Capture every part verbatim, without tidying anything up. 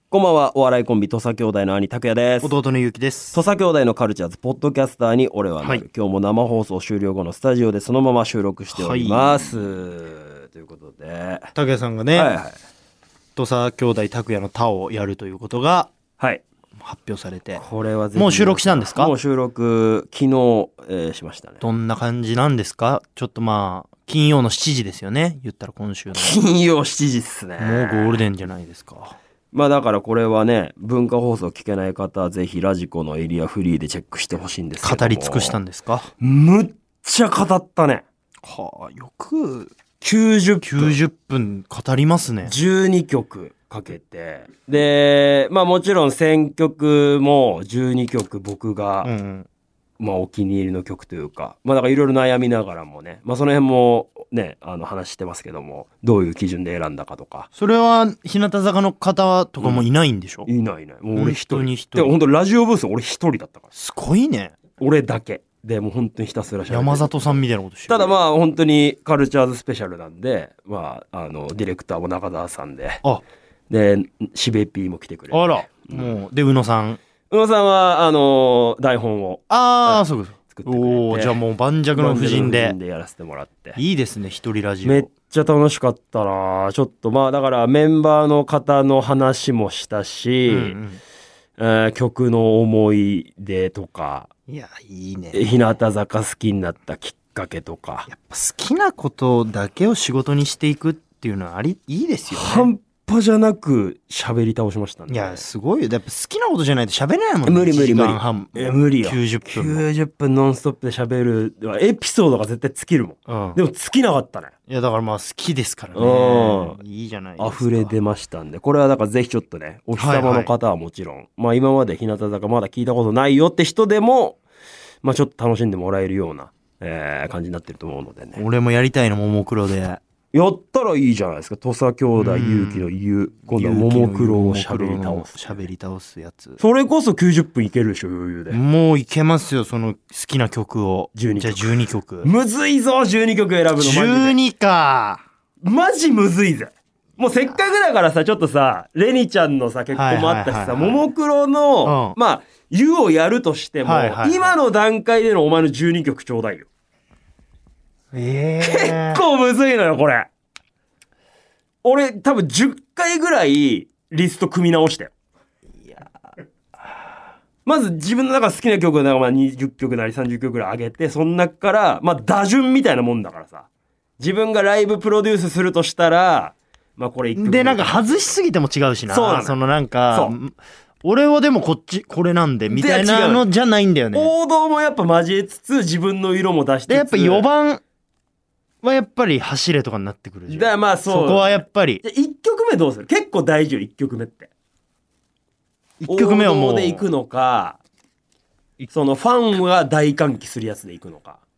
こんばんは。お笑いコンビ土佐兄弟の兄拓也です。 弟のゆうきです。 土佐兄弟のカルチャーズポッドキャスターに俺はなる、はい、今日も生放送終了後のスタジオでそのまま収録しております、はい、ということで拓也さんがね、 はいはい、 土佐兄弟拓也の他をやるということがはい発表されて、 これはぜひもう収録したんですか？ もう収録昨日、えー、しましたね。 どんな感じなんですか？ちょっとまあ金曜のしちじですよね、言ったら今週の金曜しちじっすね。 もうゴールデンじゃないですか。 まあだからこれはね、文化放送聞けない方はぜひラジコのエリアフリーでチェックしてほしいんですけども。 語り尽くしたんですか？ むっちゃ語ったね。 はあ、よくきゅうじゅっぷんきゅうじゅっぷん語りますね。 じゅうにきょくかけて、でまあもちろん選曲もじゅうにきょく僕が、うんうんまあお気に入りの曲というか、まあだからいろいろ悩みながらもね、まあその辺もね、あの話してますけども、どういう基準で選んだかとか。 それは日向坂の方とかもいないんでしょ？ うん、いないいない。もう俺一人。 本当に一人。 で本当ラジオブース俺一人だったから。 すごいね。 俺だけ。でもう本当にひたすら喋って。 山里さんみたいなことしてる。 ただまあ本当にカルチャーズスペシャルなんで、まああのディレクターも中澤さんで。あ。で、しべぴーも来てくれて。 あら。うん、もう、で、宇野さん。 宇野さんは、あのー、台本を。 ああ、そうか。 作ってくれて。 おー、じゃあもう盤石の布陣で。 盤石の布陣でやらせてもらって。 いいですね、一人ラジオ。 めっちゃ楽しかったな。ちょっとまあ、だからメンバーの方の話もしたし、うんうんえー、曲の思い出とか。 いや、いいね。 日向坂好きになったきっかけとか。 やっぱ好きなことだけを仕事にしていくっていうのはあり、いいですよね。 半端じゃなく喋り倒しましたね。 いやすごいよ。やっぱ好きなことじゃないと喋れないもんね。 無理無理無理。 え無理よ。 きゅうじゅっぷん。 きゅうじゅっぷんノンストップで喋るエピソードが絶対尽きるもん。うん、でも尽きなかったね。 いやだからまあ好きですからね。うん、いいじゃないですか。 溢れ出ましたんで、これはだからぜひちょっとね、お日様の方はもちろん、はいはい、まあ今まで日向坂まだ聞いたことないよって人でも、まあちょっと楽しんでもらえるような、えー、感じになってると思うのでね。 俺もやりたいのももクロで。 やったらいいじゃないですか。土佐兄弟ゆうきのゆう、今度はももクロを喋り倒す。 喋り倒すやつ。 それこそきゅうじゅっぷんいけるでしょ、余裕で。 もういけますよ、その好きな曲を。 じゅうにきょく。 じゃあじゅうにきょく。 むずいぞ、じゅうにきょく選ぶのマジで。 じゅうにか。 マジむずいぜ。もうせっかくだからさ、ちょっとさ、レニちゃんのさ、結婚もあったしさ、ももクロの、うん、まあ、ゆをやるとしても、はいはいはい、今の段階でのお前のじゅうにきょくちょうだいよ。 えー、 結構むずいのよ、これ。俺、多分じゅっかいぐらいリスト組み直したよ。いやまず自分の中好きな曲をまあにじゅっきょくなりさんじゅっきょくぐらい上げて、その中から、まあ打順みたいなもんだからさ。自分がライブプロデュースするとしたら、まあこれいっきょく。 で、なんか外しすぎても違うしな。 そうなの。 そのなんか、俺はでもこっち、これなんで、みたいなのじゃないんだよね。 王道もやっぱ交えつつ、自分の色も出してつつ。 で、やっぱよばんはやっぱり走れとかになってくるじゃん。 だからまあそう。 そこはやっぱり。 じゃいっきょくめどうする？結構大事よ、いっきょくめって。 いっきょくめはもう。 王道で行くのか、そのファンが大歓喜するやつで行くのか。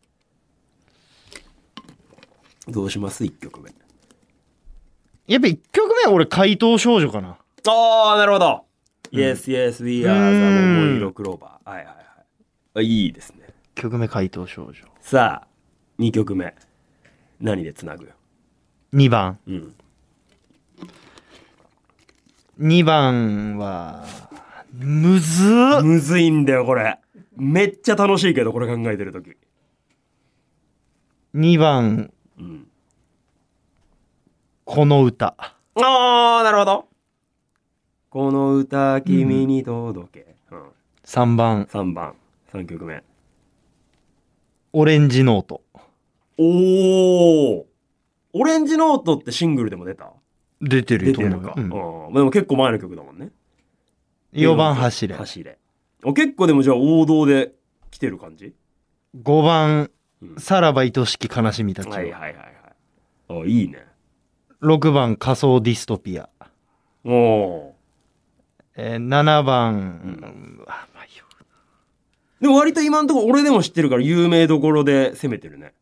どうします？ いっ 曲目。 やっぱいっきょくめは俺怪盗少女かな。 ああ、なるほど。うん、Yes, yes, we are the 桃色クローバー。はいはいはい。いいですね。 いっきょくめ怪盗少女。 さあ、にきょくめ。何でつなぐよ。 にばん。 うん。 にばんは、むずー。 むずいんだよ、これ。めっちゃ楽しいけど、これ考えてるとき。 にばん。うん。この歌。 ああ、なるほど。この歌、君に届け。うん。 さんばん。 さんばん。さんきょくめ。 オレンジノート。 おー。オレンジノートってシングルでも出た？ 出てると思う。出てるか。うん。うん、でも結構前の曲だもんね。 よばん走れ。 走れ。結構でもじゃあ王道で来てる感じ？ ごばん、うん、さらば愛しき悲しみたち。 はいはいはいはい。あ、いいね。 ろくばん仮想ディストピア。 おー。 えー、ななばん、うん、あ、まあいいよ。 でも割と今のところ俺でも知ってるから有名どころで攻めてるね。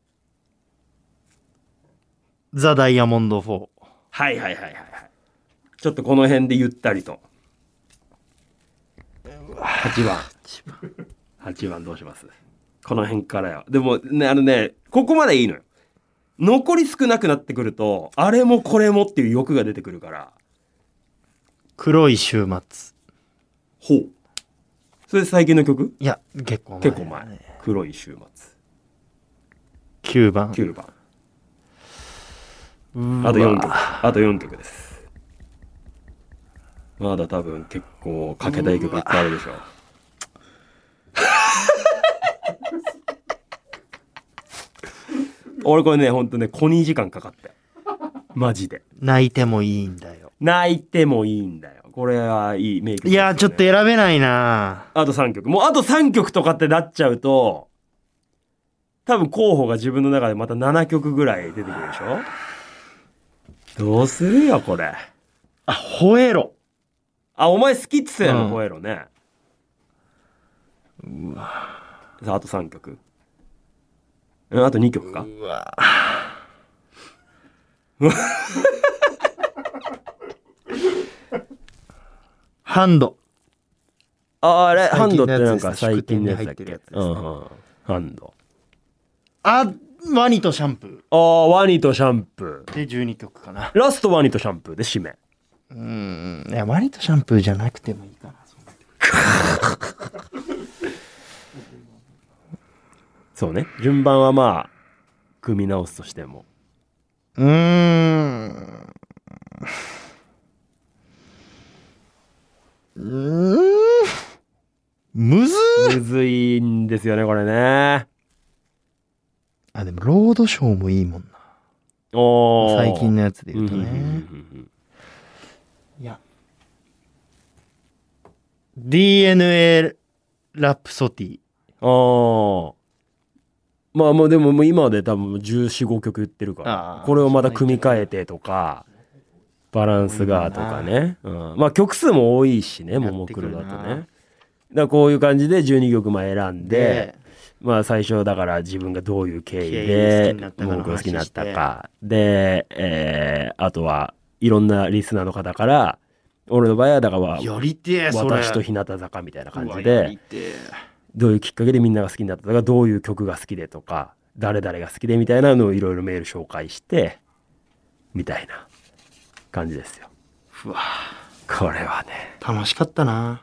ザ・ダイヤモンドフォー。 はいはいはいはいはい。ちょっとこの辺でゆったりと。はちばん。はちばんどうします？この辺からよ。でもね、あのね、ここまでいいのよ。残り少なくなってくると、あれもこれもっていう欲が出てくるから。 黒い週末。 ほう。それ最近の曲？ いや結構前、 結構前。黒い週末。 きゅうばん。 きゅうばん。あとよんきょく。あとよんきょくです。まだ多分結構かけたい曲いっぱいあるでしょう。俺これねほんとね小にじかんかかったよ。マジで。 泣いてもいいんだよ。 泣いてもいいんだよ。これはいい名曲です、ね。 いやちょっと選べないな。 あとさんきょく。もうあとさんきょくとかってなっちゃうと多分候補が自分の中でまたななきょくぐらい出てくるでしょ。どうするよこれ。 あ、吠えろ。 あ、お前好きっつってんの、 うん吠えろね。 うわ。 さあ、あとさんきょく。うん、あとにきょくか。 うわ。ハンド。 あ、あれ、ハンドって最近のやつなんか最近のやつだっけ。 宿店に入ってるやつですねうんうん。ハンド。 あ、ワニとシャンプー。 ああ、ワニとシャンプー。 でじゅうにきょくかな。 ラストワニとシャンプーで締め。 うん。いや、ワニとシャンプーじゃなくてもいいかな。 そうね。順番はまあ、組み直すとしても。 うーん。うーん。むずむずいんですよね、これね。 あ、でも、ロードショーもいいもんな。 おー。 最近のやつで言うとね。 うんうんうんうんいや。ディーエヌエー ラプソディ。 ああ。まあもうでももう今で多分じゅうよん、ごきょく言ってるかあら。 ーこれをまた組み替えてとか、バランスがとかね。うん、まあ曲数も多いしね、ももクロだとね。だからこういう感じでじゅうにきょくま選んで、 で、 まあ最初だから自分がどういう経緯経緯で好きになったかのももクロ好きになった話か。で、えー、あとはいろんなリスナーの方から、俺の場合はだからやりてえ、それ。 私と日向坂みたいな感じうわやでり、てえどういうきっかけでみんなが好きになったとか、どういう曲が好きでとか、誰々が好きでみたいなのをいろいろメール紹介してみたいな感じですよ。 うわこれはね楽しかったな。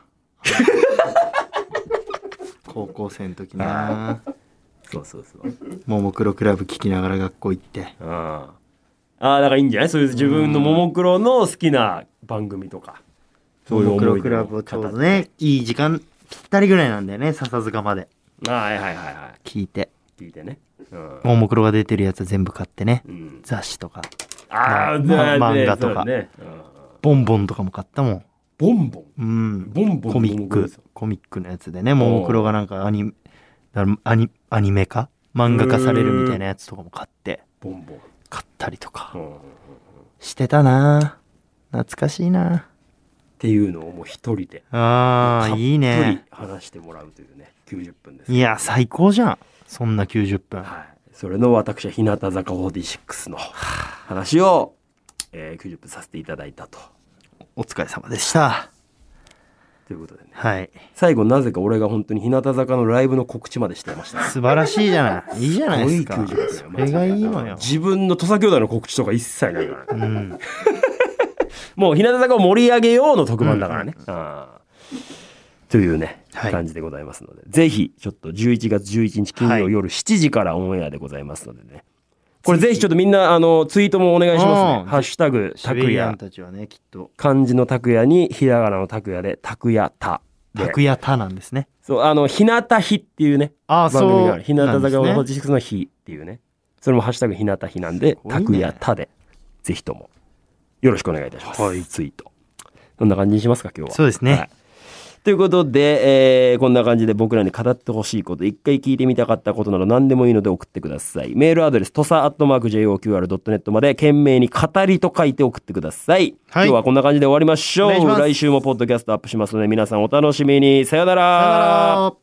高校生の時な。 そうそうそう。 ももクロクラブ聴きながら学校行って。 ああ、だからいいんじゃない？そういう自分のももクロの好きな番組とか、そういうももクロ思い出をクラブをちょうどね、いい時間ぴったりぐらいなんだよね、笹塚まで。 ああ、はいはいはいはい。 聞いて。 聞いてね。うん。 ももクロが出てるやつ全部買ってね。 うん、 雑誌とか。 ああ、 まま漫画とかね、うん、 ボンボンとかも買ったもん。 ボンボンうん。 ボンボンコミックももクロですよ。 コミックのやつでね、ももクロがなんかアニアニアニメ化漫画化されるみたいなやつとかも買ってボンボン。 買ったりとかうん、っしてたな。懐かしいな。 ていうのをもう一人であーいいたっぷりね。 話してもらうというねきゅうじゅっぷんです。 いや最高じゃん、そんなきゅうじゅっぷん。 はい、それの私は日向坂フォーティーシックスの話を、えー、きゅうじゅっぷんさせていただいたとお疲れ様でした。 ということでね、 はい、 最後なぜか俺が本当に日向坂のライブの告知までしてました、ね、 素晴らしいじゃない。いいじゃないですか。 すごいきゅうじゅっぷんよそれがいいのよ。 自分の土佐兄弟の告知とか一切ないからね、 うんもう日向坂を盛り上げようの特番だからね、うんうん、あというね、 はい感じでございますので、ぜひちょっとじゅういちがつじゅういちにち金曜夜しちじからオンエアでございますのでね、これぜひちょっとみんなあのツイートもお願いしますうんね。ハッシュタグシベリアン拓也、 たちはねきっと漢字の拓也にひらがなの拓也で拓也たで、 拓也たなんですね。 そうあの日向日っていうねああ番組がある、 そう日向坂フォーティーなんですね。 シックスの日っていうね、それもハッシュタグひなた日なんで、 ごいね拓也たでぜひともよろしくお願いいたします。 はいツイートこんな感じにしますか今日は。 そうですねはい、ということで、えーこんな感じで僕らに語ってほしいこと、一回聞いてみたかったことなど何でもいいので送ってください。メールアドレスとさアットマーク ジェイオーキューアールドットネット まで懸命に語りと書いて送ってください。 はい今日はこんな感じで終わりましょう。 お願いします。 来週もポッドキャストアップしますので皆さんお楽しみに。さよなら。 さよなら。